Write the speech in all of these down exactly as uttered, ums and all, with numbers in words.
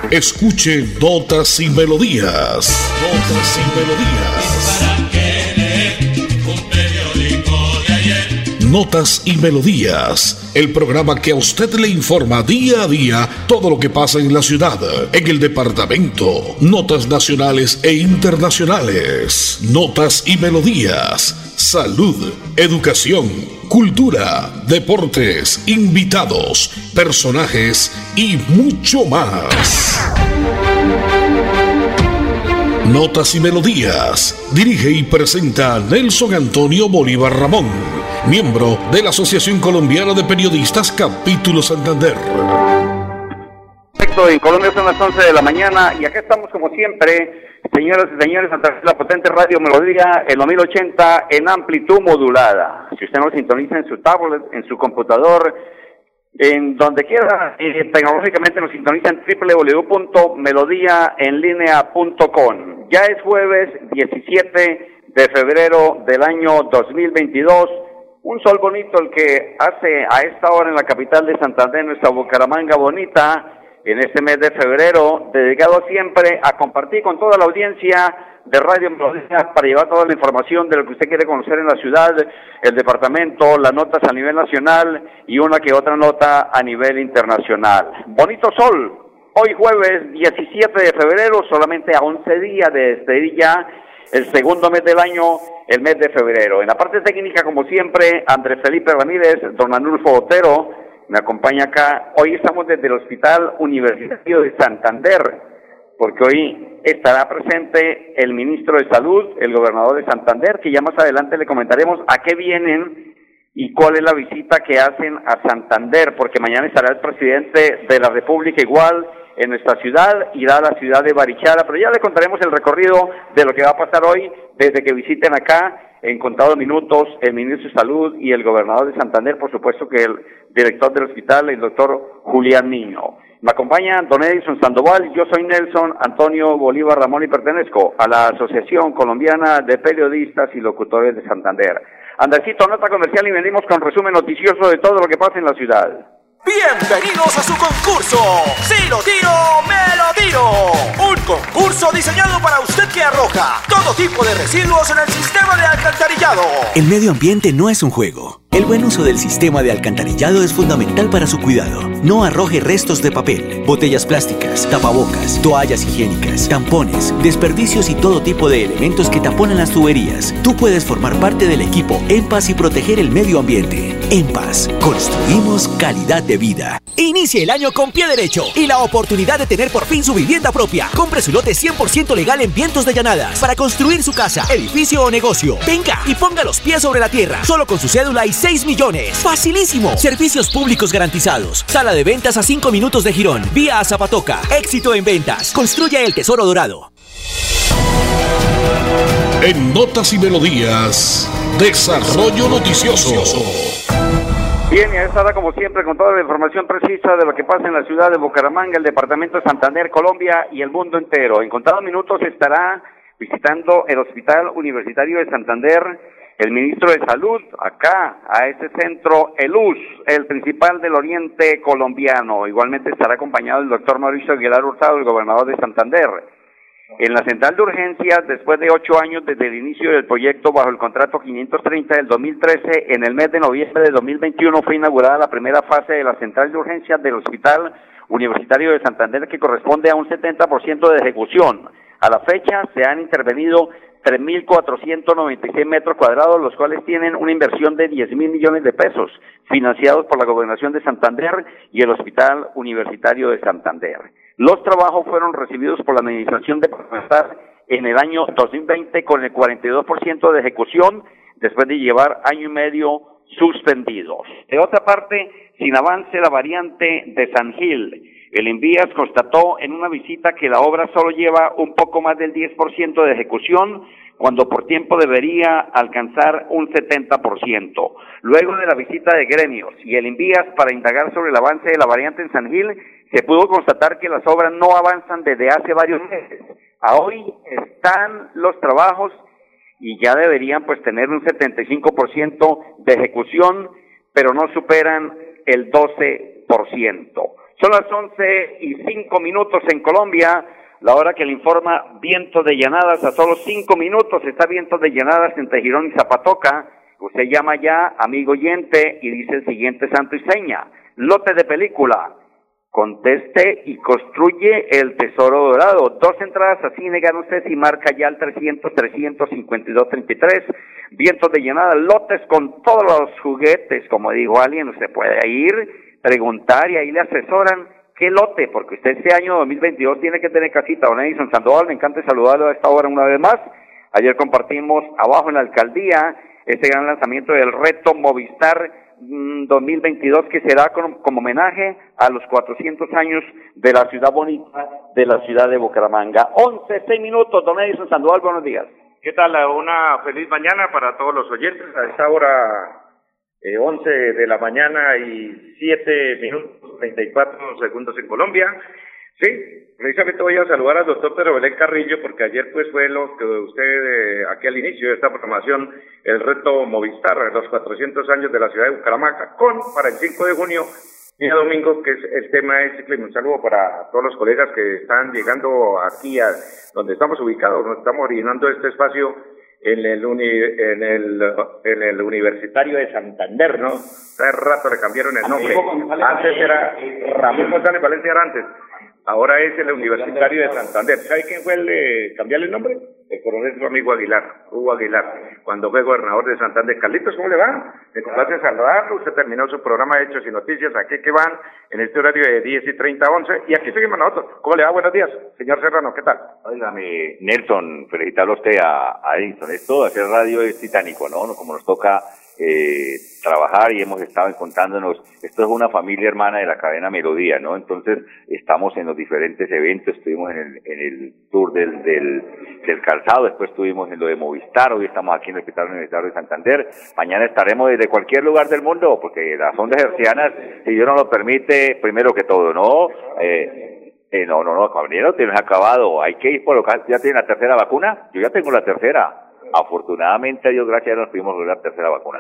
Escuche Notas y Melodías. Notas y Melodías. Notas y Melodías, el programa que a usted le informa día a día todo lo que pasa en la ciudad, en el departamento, notas nacionales e internacionales. Notas y Melodías, salud, educación, cultura, deportes, invitados, personajes y mucho más. Notas y Melodías, dirige y presenta Nelson Antonio Bolívar Ramón, miembro de la Asociación Colombiana de Periodistas Capítulo Santander. Perfecto, en Colombia son las once de la mañana y acá estamos como siempre, señoras y señores, a través de la potente radio Melodía en los mil ochenta en amplitud modulada. Si usted nos sintoniza en su tablet, en su computador, en donde quiera, eh, tecnológicamente nos sintoniza en doble u doble u doble u punto melodía en línea punto com. Ya es jueves diecisiete de febrero del año dos mil veintidós. Un sol bonito el que hace a esta hora en la capital de Santander, nuestra Bucaramanga bonita, en este mes de febrero, dedicado siempre a compartir con toda la audiencia de Radio Melodía para llevar toda la información de lo que usted quiere conocer en la ciudad, el departamento, las notas a nivel nacional y una que otra nota a nivel internacional. Bonito sol, hoy jueves diecisiete de febrero, solamente a once días de despedir ya el segundo mes del año, el mes de febrero. En la parte técnica, como siempre, Andrés Felipe Ramírez, don Anulfo Otero, me acompaña acá. Hoy estamos desde el Hospital Universitario de Santander, porque hoy estará presente el ministro de Salud, el gobernador de Santander, que ya más adelante le comentaremos a qué vienen y cuál es la visita que hacen a Santander, porque mañana estará el presidente de la República igual en nuestra ciudad, irá a la ciudad de Barichara, pero ya le contaremos el recorrido de lo que va a pasar hoy desde que visiten acá en contados minutos el ministro de Salud y el gobernador de Santander, por supuesto que el director del hospital, el doctor Julián Niño. Me acompaña don Edison Sandoval, yo soy Nelson Antonio Bolívar Ramón y pertenezco a la Asociación Colombiana de Periodistas y Locutores de Santander. Andresito, nota comercial y venimos con resumen noticioso de todo lo que pasa en la ciudad. Bienvenidos a su concurso, Si lo tiro, me lo tiro. Un concurso diseñado para usted que arroja todo tipo de residuos en el sistema de alcantarillado. El medio ambiente no es un juego. El buen uso del sistema de alcantarillado es fundamental para su cuidado. No arroje restos de papel, botellas plásticas, tapabocas, toallas higiénicas, tampones, desperdicios y todo tipo de elementos que taponan las tuberías. Tú puedes formar parte del equipo En Paz y proteger el medio ambiente. En Paz, construimos calidad de vida. Inicie el año con pie derecho y la oportunidad de tener por fin su vivienda propia. Compre su lote cien por ciento legal en Vientos de Llanadas para construir su casa, edificio o negocio. Venga y ponga los pies sobre la tierra, solo con su cédula y seis millones. ¡Facilísimo! Servicios públicos garantizados. Sala de ventas a cinco minutos de Girón. Vía a Zapatoca. Éxito en ventas. Construye el tesoro dorado. En Notas y Melodías, Desarrollo Noticioso. Bien, y a esta hora, como siempre, con toda la información precisa de lo que pasa en la ciudad de Bucaramanga, el departamento de Santander, Colombia y el mundo entero. En contados minutos estará visitando el Hospital Universitario de Santander el ministro de Salud, acá, a ese centro, el U S, el principal del oriente colombiano. Igualmente estará acompañado el doctor Mauricio Aguilar Hurtado, el gobernador de Santander. En la central de urgencias, después de ocho años desde el inicio del proyecto bajo el contrato quinientos treinta del dos mil trece, en el mes de noviembre de dos mil veintiuno fue inaugurada la primera fase de la central de urgencias del Hospital Universitario de Santander, que corresponde a un setenta por ciento de ejecución. A la fecha se han intervenido tres mil cuatrocientos noventa y seis metros cuadrados, los cuales tienen una inversión de diez mil millones de pesos, financiados por la Gobernación de Santander y el Hospital Universitario de Santander. Los trabajos fueron recibidos por la Administración Departamental en el año dos mil veinte con el cuarenta y dos por ciento de ejecución, después de llevar año y medio suspendidos. De otra parte, sin avance la variante de San Gil. El Invías constató en una visita que la obra solo lleva un poco más del diez por ciento de ejecución, cuando por tiempo debería alcanzar un setenta por ciento. Luego de la visita de gremios y el Invías para indagar sobre el avance de la variante en San Gil, se pudo constatar que las obras no avanzan desde hace varios meses. A hoy están los trabajos y ya deberían pues tener un setenta y cinco por ciento de ejecución, pero no superan el doce por ciento. Son las once y cinco minutos en Colombia, la hora que le informa viento de llanadas. A solo cinco minutos está viento de llanadas entre Girón y Zapatoca. Usted llama ya, amigo oyente, y dice el siguiente santo y seña. Lote de película. Conteste y construye el tesoro dorado. Dos entradas a cine, gana usted si marca ya el trescientos, trescientos cincuenta y dos, treinta y tres. Vientos de llenada, lotes con todos los juguetes, como dijo alguien, usted puede ir, preguntar y ahí le asesoran qué lote, porque usted este año dos mil veintidós tiene que tener casita. Don Edison Sandoval, me encanta saludarlo a esta hora una vez más. Ayer compartimos abajo en la alcaldía este gran lanzamiento del reto Movistar dos mil veintidós, que será como, como homenaje a los cuatrocientos años de la ciudad bonita, de la ciudad de Bucaramanga. once, seis minutos, don Edison Sandoval, buenos días. ¿Qué tal? Una feliz mañana para todos los oyentes. A esta hora, eh, once de la mañana y siete minutos, treinta y cuatro segundos en Colombia. Sí, precisamente voy a saludar al doctor Pedro Belén Carrillo, porque ayer pues fue lo que usted, eh, aquí al inicio de esta programación, el reto Movistar, los cuatrocientos años de la ciudad de Bucaramanga, con para el cinco de junio, día domingo, que es el tema de ciclismo. Un saludo para todos los colegas que están llegando aquí a donde estamos ubicados, donde estamos originando este espacio en el uni, en el en el Universitario de Santander, ¿no? Hace rato le cambiaron el nombre. Antes era Ramón González Valencia, era antes. Ahora es el Universitario de Santander. ¿Sabe quién fue el de cambiarle el nombre? El coronel su amigo Aguilar, Hugo Aguilar, cuando fue gobernador de Santander. Carlitos, ¿cómo le va? Me complace saludarlo. Usted terminó su programa de Hechos y Noticias, aquí que van, en este horario de diez y treinta, once. Y aquí seguimos nosotros. ¿Cómo le va? Buenos días, señor Serrano, ¿qué tal? Óigame, Nelson, felicitarlo a usted, a, a Edison. Esto de hacer radio es titánico, ¿no? Como nos toca eh, trabajar y hemos estado encontrándonos. Esto es una familia hermana de la cadena Melodía, ¿no? Entonces, estamos en los diferentes eventos. Estuvimos en el, en el tour del, del, del calzado, después estuvimos en lo de Movistar, hoy estamos aquí en el Hospital Universitario de Santander. Mañana estaremos desde cualquier lugar del mundo, porque las ondas hercianas, si Dios nos lo permite, primero que todo, ¿no? Eh, eh, no, no, no, caballero, tienes acabado. Hay que ir por lo que ya tiene la tercera vacuna. Yo ya tengo la tercera. Afortunadamente, Dios gracias, nos pudimos lograr la tercera vacuna.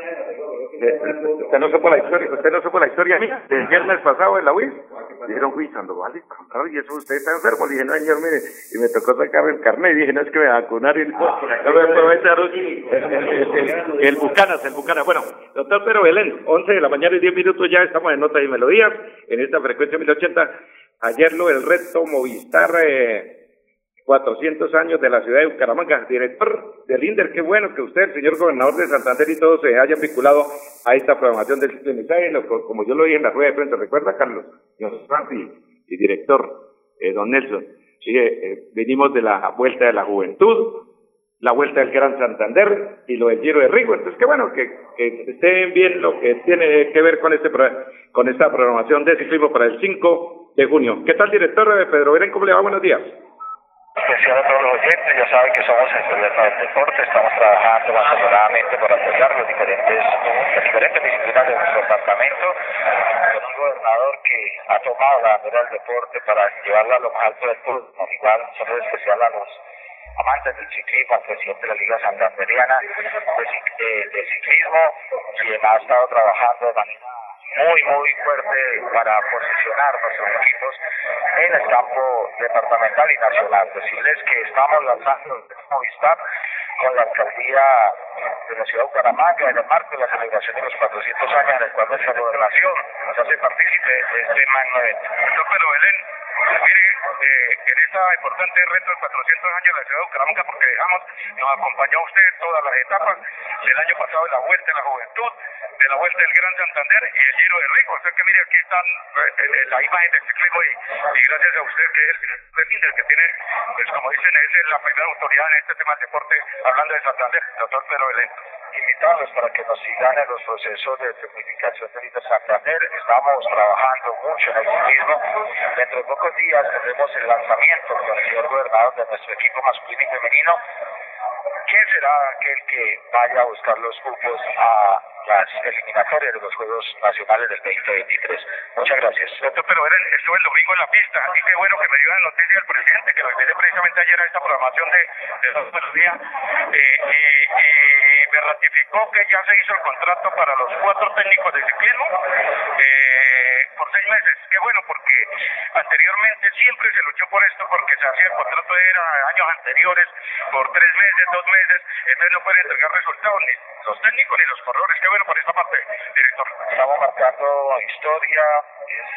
Usted no supo la historia, usted no supo la historia mía, del viernes pasado en la U I S. Dijeron, uy, Sandoval, y eso usted está enfermo. Le dije, no, señor, mire, y me tocó sacar el carnet, y dije, no, es que me vacunaron, y no me aprovecharon el, el, el, el Bucanas, el Bucanas. Bueno, doctor Pedro Belén, once de la mañana y diez minutos, ya estamos en Notas y Melodías, en esta frecuencia mil ochenta. Ayer lo del reto Movistar, eh, cuatrocientos años de la ciudad de Bucaramanga. Director del INDER, qué bueno que usted, el señor gobernador de Santander, y todos se hayan vinculado a esta programación del ciclismo. Como yo lo dije en la rueda de prensa, ¿recuerda, Carlos? Yo soy y director, eh, don Nelson. Sí, eh, venimos de la Vuelta de la Juventud, la Vuelta del Gran Santander y lo del Giro de Rigo. Entonces, qué bueno que, que estén bien lo que tiene que ver con este con esta programación de ciclismo para el cinco de junio. ¿Qué tal, director Pedro Belén? ¿Cómo le va? Buenos días. Especial a todos los oyentes, ya saben que somos el gobierno del deporte, estamos trabajando más aceleradamente para apoyar los diferentes, las diferentes disciplinas de nuestro departamento, con un gobernador que ha tomado la bandera del deporte para llevarla a lo más alto del mundo. Igual, un saludo especial a los amantes del ciclismo, al presidente de la Liga Santanderiana de, de ciclismo, quien ha estado trabajando de manera muy, muy fuerte para posicionar nuestros equipos en el campo departamental y nacional. Decirles que estamos lanzando el Movistar con la alcaldía de la ciudad de Bucaramanga en el marco de la celebración de los cuatrocientos años, en el cual nuestra gobernación nos hace partícipe de este magno evento. Doctor Pedro Belén, mire, eh, en esta importante reto de cuatrocientos años de la ciudad de Bucaramanga, porque dejamos, nos acompañó usted todas las etapas del año pasado de la Vuelta de la Juventud, de la Vuelta del Gran Santander y el Giro de Rigo. O sea que mire, aquí están eh, la imagen del ciclismo y, y gracias a usted, que es el líder que tiene, pues como dicen, es la primera autoridad en este tema del deporte, hablando de Santander, doctor Pedro Belén. Invitarlos para que nos sigan en los procesos de tecnificación del líder Santander. Estamos trabajando mucho en el ciclismo. Dentro de pocos días tendremos el lanzamiento con el señor gobernador de nuestro equipo masculino y femenino. ¿Quién será aquel que vaya a buscar los cupos a las eliminatorias de los Juegos Nacionales del veinte veintitrés? Muchas gracias. Doctor Pedro Belén, estuve el domingo en la pista y qué bueno que me dio la noticia del presidente, que lo envié precisamente ayer a esta programación de, de dos buenos días, eh, y, y me ratificó que ya se hizo el contrato para los cuatro técnicos de ciclismo. Eh, por seis meses. Qué bueno, porque anteriormente siempre se luchó por esto, porque se hacía el contrato era años anteriores, por tres meses, dos meses, entonces no pueden entregar resultados ni los técnicos ni los corredores. Qué bueno por esta parte, director. Estamos marcando historia, es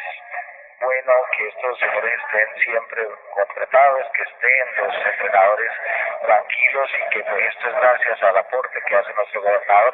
bueno que estos señores estén siempre contratados, que estén los entrenadores tranquilos y que pues esto es gracias al aporte que hace nuestro gobernador,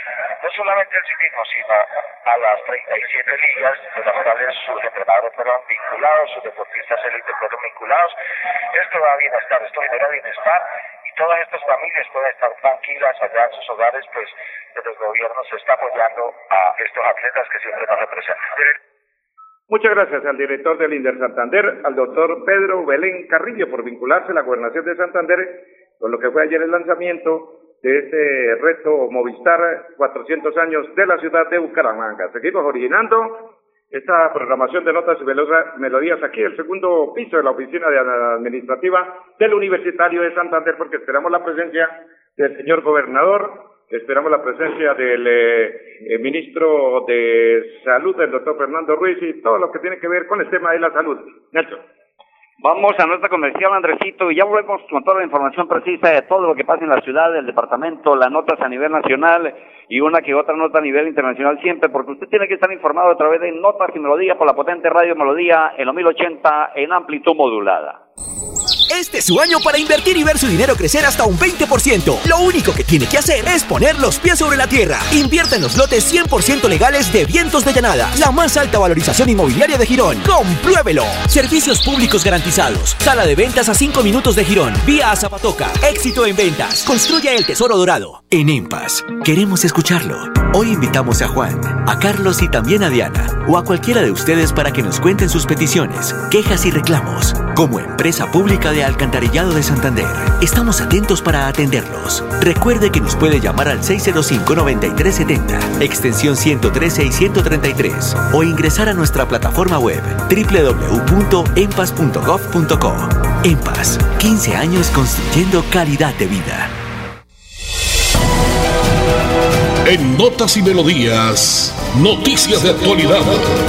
no solamente el ciclismo, sino a las treinta y siete ligas de las cuales sus entrenadores fueron vinculados, sus deportistas élites fueron vinculados. Esto da bienestar, esto genera bienestar y todas estas familias pueden estar tranquilas allá en sus hogares, pues desde el gobierno se está apoyando a estos atletas que siempre nos representan. Muchas gracias al director del INDER Santander, al doctor Pedro Belén Carrillo, por vincularse a la Gobernación de Santander con lo que fue ayer el lanzamiento de este reto Movistar cuatrocientos años de la ciudad de Bucaramanga. Seguimos originando esta programación de notas y melodías aquí, el segundo piso de la oficina de administrativa del Universitario de Santander, porque esperamos la presencia del señor gobernador. Esperamos la presencia del eh, eh, ministro de Salud, del doctor Fernando Ruiz, y todo lo que tiene que ver con el tema de la salud. Nelson. Vamos a nuestra comercial, Andresito, y ya volvemos con toda la información precisa de todo lo que pasa en la ciudad, del departamento, las notas a nivel nacional y una que otra nota a nivel internacional siempre, porque usted tiene que estar informado a través de Notas y Melodía por la potente Radio Melodía en los mil ochenta en amplitud modulada. Este es su año para invertir y ver su dinero crecer hasta un veinte por ciento. Lo único que tiene que hacer es poner los pies sobre la tierra. Invierta en los lotes cien por ciento legales de Vientos de Llanada, la más alta valorización inmobiliaria de Girón. ¡Compruébelo! Servicios públicos garantizados. Sala de ventas a cinco minutos de Girón. Vía a Zapatoca. Éxito en ventas. Construye el tesoro dorado. En EMPAS, queremos escucharlo. Hoy invitamos a Juan, a Carlos y también a Diana, o a cualquiera de ustedes para que nos cuenten sus peticiones, quejas y reclamos. Como empresa pública de Alcantarillado de Santander, estamos atentos para atenderlos. Recuerde que nos puede llamar al seis cero cinco, nueve tres siete cero, extensión ciento trece y ciento treinta y tres, o ingresar a nuestra plataforma web doble u doble u doble u punto empas punto gov punto co. EMPAS, quince años construyendo calidad de vida. En Notas y Melodías, noticias de actualidad.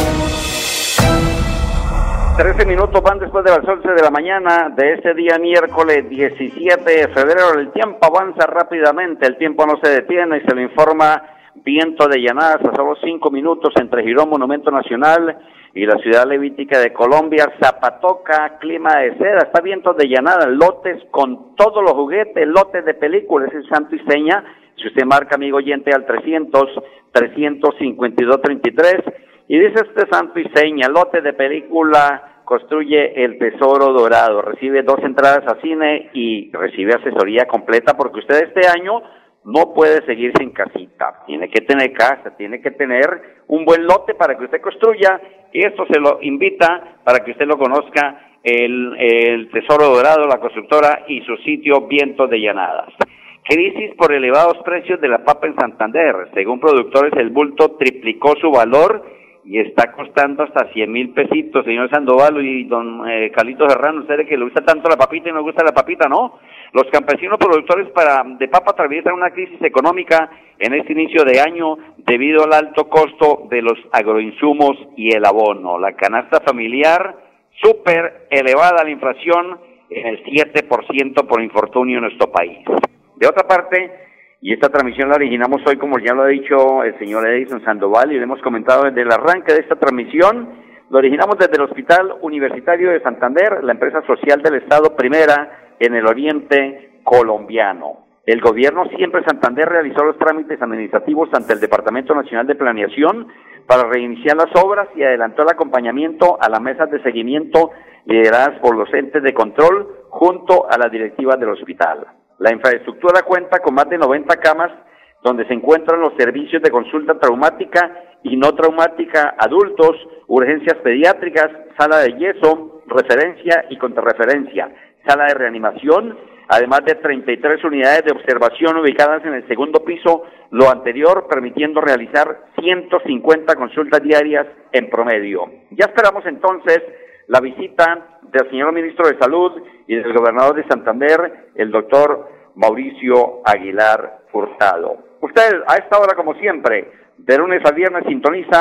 Trece minutos van después de las once de la mañana de este día miércoles diecisiete de febrero. El tiempo avanza rápidamente, el tiempo no se detiene y se lo informa viento de llanadas a solo cinco minutos entre Girón, Monumento Nacional, y la ciudad levítica de Colombia, Zapatoca, clima de seda. Está viento de llanada, lotes con todos los juguetes, lotes de películas, es santo y seña. Si usted marca, amigo oyente, al trescientos, trescientos cincuenta y dos, treinta y tres, y dice este santo y seña, lote de película, construye el tesoro dorado, recibe dos entradas a cine y recibe asesoría completa, porque usted este año no puede seguir sin casita, tiene que tener casa, tiene que tener un buen lote para que usted construya, y esto se lo invita para que usted lo conozca, el, el Tesoro Dorado, la constructora y su sitio Vientos de Llanadas. Crisis por elevados precios de la papa en Santander. Según productores, el bulto triplicó su valor y está costando hasta cien mil pesitos, señor Sandoval y don eh, Carlitos Serrano. Ustedes que le gusta tanto la papita y no gusta la papita, ¿no? Los campesinos productores para, de papa atraviesan una crisis económica en este inicio de año debido al alto costo de los agroinsumos y el abono. La canasta familiar súper elevada, la inflación en el siete por ciento por infortunio en nuestro país. De otra parte, y esta transmisión la originamos hoy, como ya lo ha dicho el señor Edison Sandoval, y lo hemos comentado desde el arranque de esta transmisión, lo originamos desde el Hospital Universitario de Santander, la empresa social del Estado primera en el oriente colombiano. El gobierno siempre Santander realizó los trámites administrativos ante el Departamento Nacional de Planeación para reiniciar las obras y adelantó el acompañamiento a las mesas de seguimiento lideradas por los entes de control junto a las directivas del hospital. La infraestructura cuenta con más de noventa camas donde se encuentran los servicios de consulta traumática y no traumática, adultos, urgencias pediátricas, sala de yeso, referencia y contrarreferencia, sala de reanimación, además de treinta y tres unidades de observación ubicadas en el segundo piso, lo anterior permitiendo realizar ciento cincuenta consultas diarias en promedio. Ya esperamos entonces la visita del señor ministro de Salud y del gobernador de Santander, el doctor Mauricio Aguilar Hurtado. Usted a esta hora, como siempre, de lunes a viernes, sintoniza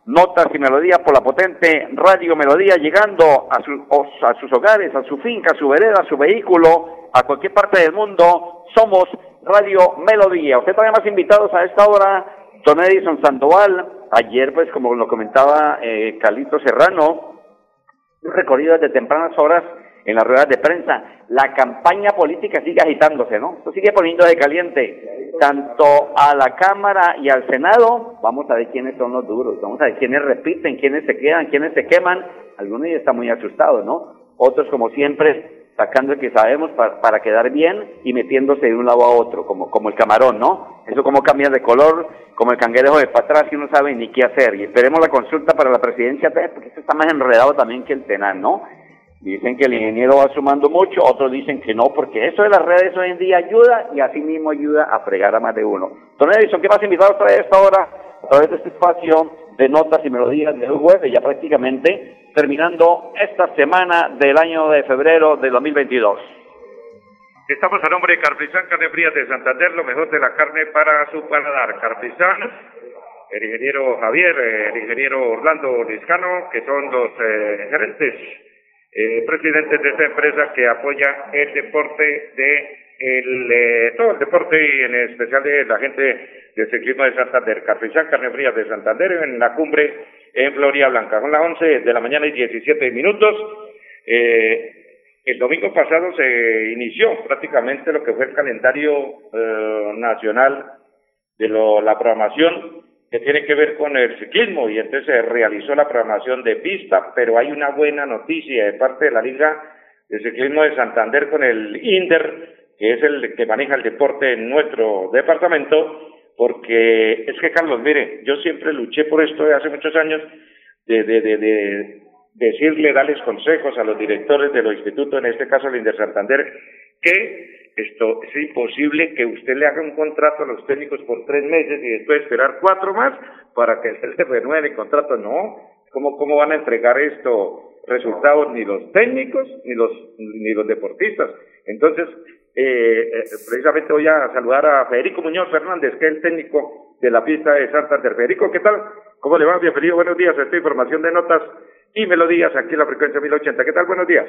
Notas y Melodía por la potente Radio Melodía, llegando a, su, a sus hogares, a su finca, a su vereda, a su vehículo, a cualquier parte del mundo. Somos Radio Melodía. Usted trae más invitados a esta hora, don Edison Sandoval. Ayer, pues, como lo comentaba eh, Carlito Serrano, un recorrido desde tempranas horas en las ruedas de prensa. La campaña política sigue agitándose, ¿no? Esto sigue poniendo de caliente, tanto a la Cámara y al Senado. Vamos a ver quiénes son los duros, vamos a ver quiénes repiten, quiénes se quedan, quiénes se queman. Algunos ya están muy asustados, ¿no? Otros, como siempre, sacando el que sabemos para, para quedar bien y metiéndose de un lado a otro, como, como el camarón, ¿no? Eso como cambia de color, como el cangrejo de para atrás, y uno sabe ni qué hacer. Y esperemos la consulta para la presidencia, porque esto está más enredado también que el Tenan, ¿no? Dicen que el ingeniero va sumando mucho, otros dicen que no, porque eso de las redes hoy en día ayuda, y así mismo ayuda a fregar a más de uno. Don Edison, ¿qué más invitados trae a esta hora a través de este espacio de Notas y Melodías de jueves, ya prácticamente terminando esta semana del año de febrero de dos mil veintidós? Estamos a nombre de Carpizán, Carne Fría de Santander, lo mejor de la carne para su paladar. Carpizán, el ingeniero Javier, el ingeniero Orlando Liscano, que son los eh, gerentes, eh, presidentes de esta empresa que apoya el deporte de el, eh, todo el deporte, y en especial de la gente del ciclismo de Santander. Carpizán, Carne Fría de Santander, en la cumbre en Florida Blanca. Son las once de la mañana y diecisiete minutos. Eh, el domingo pasado se inició prácticamente lo que fue el calendario eh, nacional de lo, la programación que tiene que ver con el ciclismo, y entonces se realizó la programación de pista, pero hay una buena noticia de parte de la Liga de Ciclismo de Santander con el INDER, que es el que maneja el deporte en nuestro departamento, porque es que, Carlos, mire, yo siempre luché por esto de hace muchos años, de, de, de, de decirle, darles consejos a los directores de los institutos, en este caso el INDER Santander, que esto es imposible que usted le haga un contrato a los técnicos por tres meses y después esperar cuatro más para que se les renueve el contrato. No, ¿cómo, cómo van a entregar esto resultados ni los técnicos ni los ni los deportistas? Entonces, eh, eh, precisamente voy a saludar a Federico Muñoz Fernández, que es el técnico de la pista de Santander. Federico, ¿qué tal? ¿Cómo le va? Bienvenido, buenos días a esta información de Notas y Melodías aquí en la frecuencia mil ochenta. ¿Qué tal? Buenos días.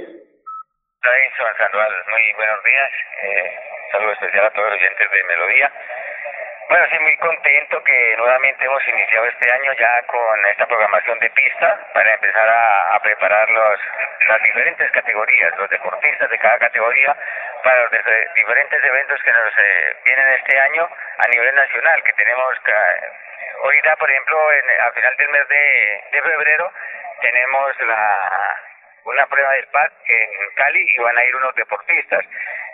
Edison Sandoval, muy buenos días. Eh, saludo especial a todos los oyentes de Melodía. Bueno, sí, muy contento que nuevamente hemos iniciado este año ya con esta programación de pista para empezar a, a preparar los, las diferentes categorías, los deportistas de cada categoría para los de, diferentes eventos que nos eh, vienen este año a nivel nacional, que tenemos que, ahorita, por ejemplo, en, a final del mes de, de febrero tenemos la una prueba del P A C en Cali y van a ir unos deportistas.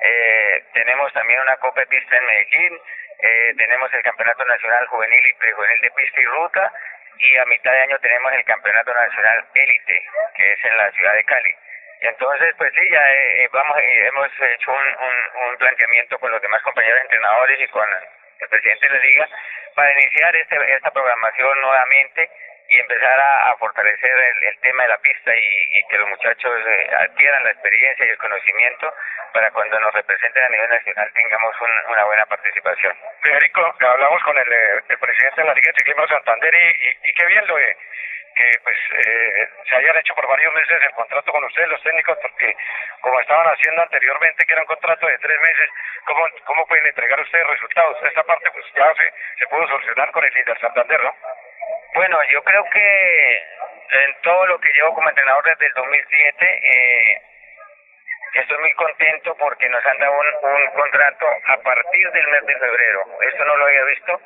Eh, tenemos también una Copa de Pista en Medellín, eh, tenemos el Campeonato Nacional Juvenil y Prejuvenil de Pista y Ruta, y a mitad de año tenemos el Campeonato Nacional Élite, que es en la ciudad de Cali. Y entonces, pues sí, ya eh, vamos, eh, hemos hecho un, un, un planteamiento con los demás compañeros entrenadores y con el presidente de la liga para iniciar este, esta programación nuevamente y empezar a, a fortalecer el, el tema de la pista y, y que los muchachos eh, adquieran la experiencia y el conocimiento para cuando nos representen a nivel nacional tengamos un, una buena participación. Federico, hablamos con el, el presidente de la Liga de Ciclismo de Santander y, y, y qué bien lo de que pues eh, se hayan hecho por varios meses el contrato con ustedes, los técnicos, porque como estaban haciendo anteriormente, que era un contrato de tres meses, ¿cómo, cómo pueden entregar ustedes resultados? Esta parte pues ya se, se pudo solucionar con el INDER Santander, ¿no? Bueno, yo creo que en todo lo que llevo como entrenador desde el dos mil siete, eh, estoy muy contento porque nos han dado un, un contrato a partir del mes de febrero. Esto no lo había visto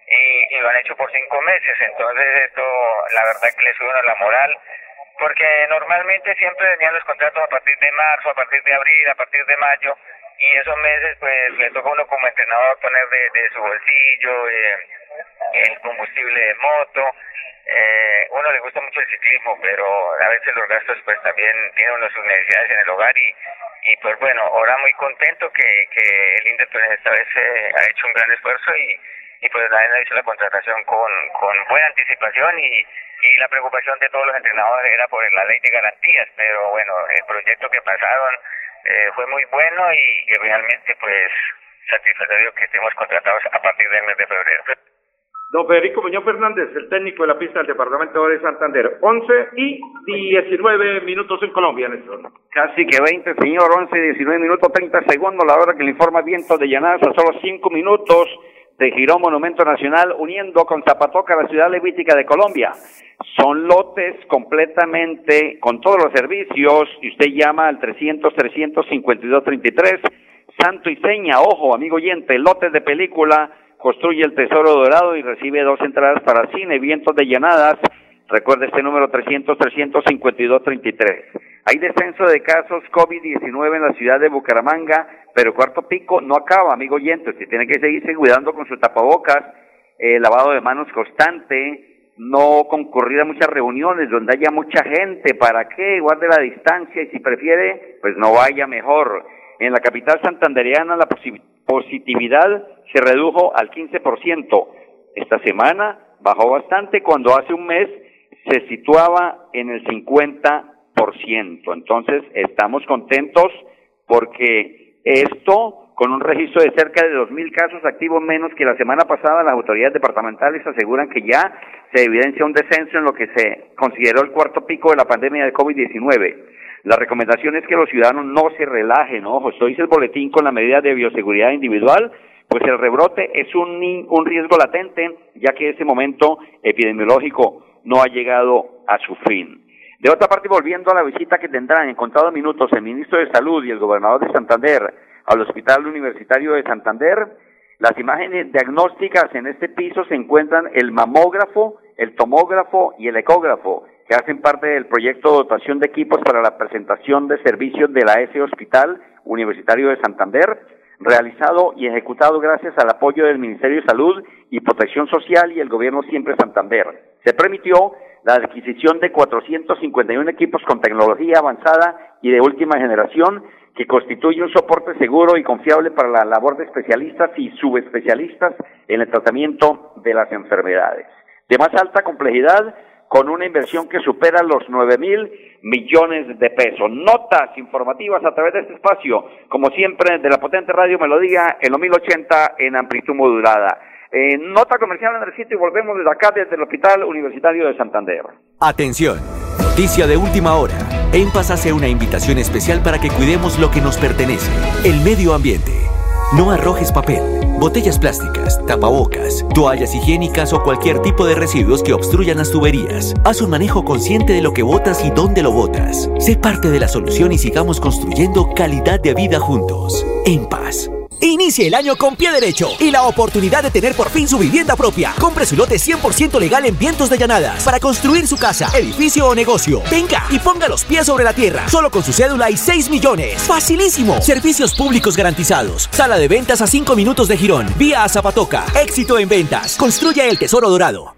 y, y lo han hecho por cinco meses. Entonces esto, la verdad que le sube a la moral, porque normalmente siempre venían los contratos a partir de marzo, a partir de abril, a partir de mayo, y esos meses pues le toca a uno como entrenador poner de, de su bolsillo eh, el combustible de moto. Eh, uno le gusta mucho el ciclismo, pero a veces los gastos pues también tienen uno sus necesidades en el hogar y, y pues bueno, ahora muy contento que, que el INDER pues esta vez eh, ha hecho un gran esfuerzo y, y pues nadie ha hecho la contratación con, con buena anticipación y, y la preocupación de todos los entrenadores era por la ley de garantías, pero bueno, el proyecto que pasaron eh, fue muy bueno y, y realmente pues satisfactorio que estemos contratados a partir del mes de febrero. Don Federico Muñoz Fernández, el técnico de la pista del departamento de Santander. once y diecinueve minutos en Colombia, Néstor. Casi que veinte, señor, once y diecinueve minutos, treinta segundos, la hora que le informa Viento de Llanadas, a solo cinco minutos de Girón Monumento Nacional, uniendo con Zapatoca la ciudad levítica de Colombia. Son lotes completamente con todos los servicios, y usted llama al trescientos, trescientos cincuenta y dos, treinta y tres, santo y seña, ojo, amigo oyente, lotes de película. Construye el Tesoro Dorado y recibe dos entradas para cine, Vientos de Llanadas. Recuerde este número trescientos, trescientos cincuenta y dos, treinta y tres. Hay descenso de casos COVID diecinueve en la ciudad de Bucaramanga, pero cuarto pico no acaba, amigo oyente. Usted tiene que seguirse cuidando con su tapabocas, eh, lavado de manos constante, no concurrir a muchas reuniones donde haya mucha gente. ¿Para qué? Guarde la distancia y si prefiere, pues no vaya mejor. En la capital santandereana la positividad se redujo al quince por ciento. Esta semana bajó bastante cuando hace un mes se situaba en el cincuenta por ciento. Entonces estamos contentos porque esto, con un registro de cerca de dos mil casos activos menos que la semana pasada, las autoridades departamentales aseguran que ya se evidencia un descenso en lo que se consideró el cuarto pico de la pandemia de COVID diecinueve. La recomendación es que los ciudadanos no se relajen. Ojo, esto dice el boletín con la medida de bioseguridad individual, pues el rebrote es un, un riesgo latente, ya que ese momento epidemiológico no ha llegado a su fin. De otra parte, volviendo a la visita que tendrán en contados minutos el ministro de Salud y el gobernador de Santander al Hospital Universitario de Santander, las imágenes diagnósticas en este piso se encuentran el mamógrafo, el tomógrafo y el ecógrafo, que hacen parte del proyecto de dotación de equipos para la presentación de servicios de la ese Hospital Universitario de Santander, realizado y ejecutado gracias al apoyo del Ministerio de Salud y Protección Social y el Gobierno Siempre Santander. Se permitió la adquisición de cuatrocientos cincuenta y uno equipos con tecnología avanzada y de última generación, que constituye un soporte seguro y confiable para la labor de especialistas y subespecialistas en el tratamiento de las enfermedades de más alta complejidad, con una inversión que supera los nueve mil millones de pesos. Notas informativas a través de este espacio, como siempre, de la potente Radio Melodía en los mil ochenta en amplitud modulada. Eh, nota comercial en el sitio y volvemos desde acá, desde el Hospital Universitario de Santander. Atención, noticia de última hora. En Paz hace una invitación especial para que cuidemos lo que nos pertenece, el medio ambiente. No arrojes papel, botellas plásticas, tapabocas, toallas higiénicas o cualquier tipo de residuos que obstruyan las tuberías. Haz un manejo consciente de lo que botas y dónde lo botas. Sé parte de la solución y sigamos construyendo calidad de vida juntos. En Paz. Inicie el año con pie derecho y la oportunidad de tener por fin su vivienda propia. Compre su lote cien por ciento legal en Vientos de Llanadas para construir su casa, edificio o negocio. Venga y ponga los pies sobre la tierra, solo con su cédula y seis millones. ¡Facilísimo! Servicios públicos garantizados. Sala de ventas a cinco minutos de Girón. Vía a Zapatoca. Éxito en ventas. Construya el Tesoro Dorado.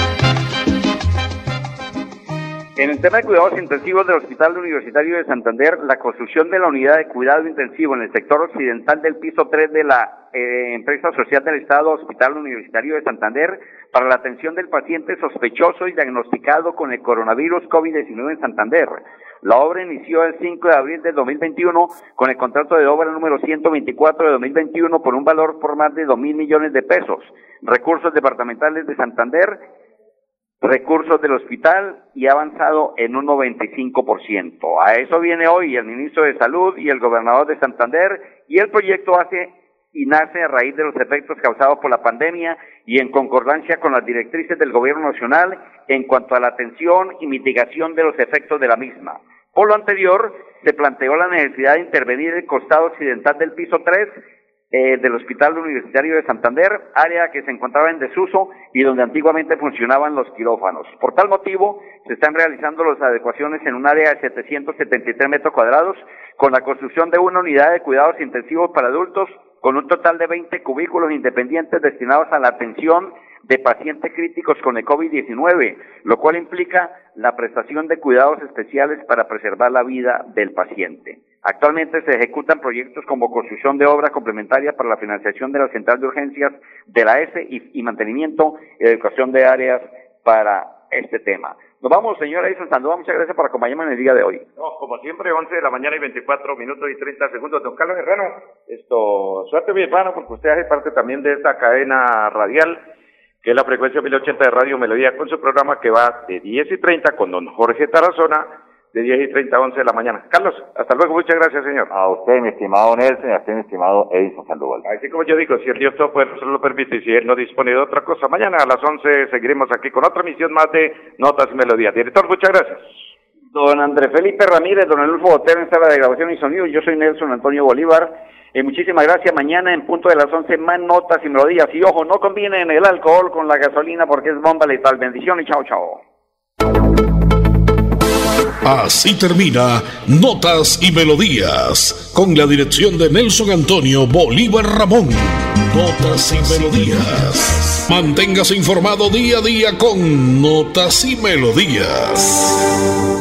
En el tema de cuidados intensivos del Hospital Universitario de Santander, la construcción de la unidad de cuidado intensivo en el sector occidental del piso tres de la eh, empresa social del Estado Hospital Universitario de Santander para la atención del paciente sospechoso y diagnosticado con el coronavirus COVID diecinueve en Santander. La obra inició el cinco de abril del dos mil veintiuno con el contrato de obra número ciento veinticuatro de dos mil veintiuno por un valor por más de dos mil millones de pesos. Recursos departamentales de Santander, recursos del hospital y ha avanzado en un noventa y cinco por ciento. A eso viene hoy el ministro de Salud y el gobernador de Santander, y el proyecto hace y nace a raíz de los efectos causados por la pandemia y en concordancia con las directrices del gobierno nacional en cuanto a la atención y mitigación de los efectos de la misma. Por lo anterior, se planteó la necesidad de intervenir el costado occidental del piso tres Eh, del Hospital Universitario de Santander, área que se encontraba en desuso y donde antiguamente funcionaban los quirófanos. Por tal motivo, se están realizando las adecuaciones en un área de setecientos setenta y tres metros cuadrados, con la construcción de una unidad de cuidados intensivos para adultos, con un total de veinte cubículos independientes destinados a la atención de pacientes críticos con el COVID diecinueve, lo cual implica la prestación de cuidados especiales para preservar la vida del paciente. Actualmente se ejecutan proyectos como construcción de obra complementaria para la financiación de la central de urgencias de la ese y, y mantenimiento y educación de áreas para este tema. Nos vamos, señora Edison Sandoval, muchas gracias por acompañarme en el día de hoy. No, como siempre, once de la mañana y veinticuatro minutos y treinta segundos. Don Carlos Herrano, esto, suerte mi hermano, porque usted hace parte también de esta cadena radial que es la frecuencia mil ochenta de Radio Melodía, con su programa que va de diez y treinta con don Jorge Tarazona, de diez y treinta a once de la mañana. Carlos, hasta luego, muchas gracias, señor. A usted, mi estimado Nelson, y a usted, mi estimado Edison Sandoval. Así como yo digo, si el Dios Todopoderoso lo permite y si Él no dispone de otra cosa, mañana a las once seguiremos aquí con otra emisión más de Notas y Melodías. Director, muchas gracias. Don Andrés Felipe Ramírez, don Adolfo Botero en sala de grabación y sonido, yo soy Nelson Antonio Bolívar. Eh, muchísimas gracias. Mañana en punto de las once más Notas y Melodías. Y ojo, no combinen el alcohol con la gasolina porque es bomba letal. Bendiciones y chao, chao. Así termina Notas y Melodías, con la dirección de Nelson Antonio Bolívar Ramón. Notas y Melodías. Manténgase informado día a día con Notas y Melodías.